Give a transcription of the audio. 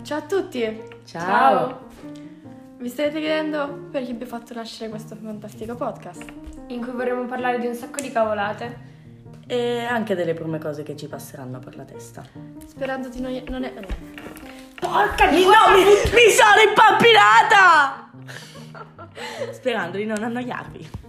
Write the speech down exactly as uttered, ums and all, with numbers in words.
Ciao a tutti! Ciao! Vi starete chiedendo perché abbiamo fatto nascere questo fantastico podcast? In cui vorremmo parlare di un sacco di cavolate. E anche delle prime cose che ci passeranno per la testa. Sperando di non... non è... Porca di no, mi, mi sono impappinata! Sperando di non annoiarvi.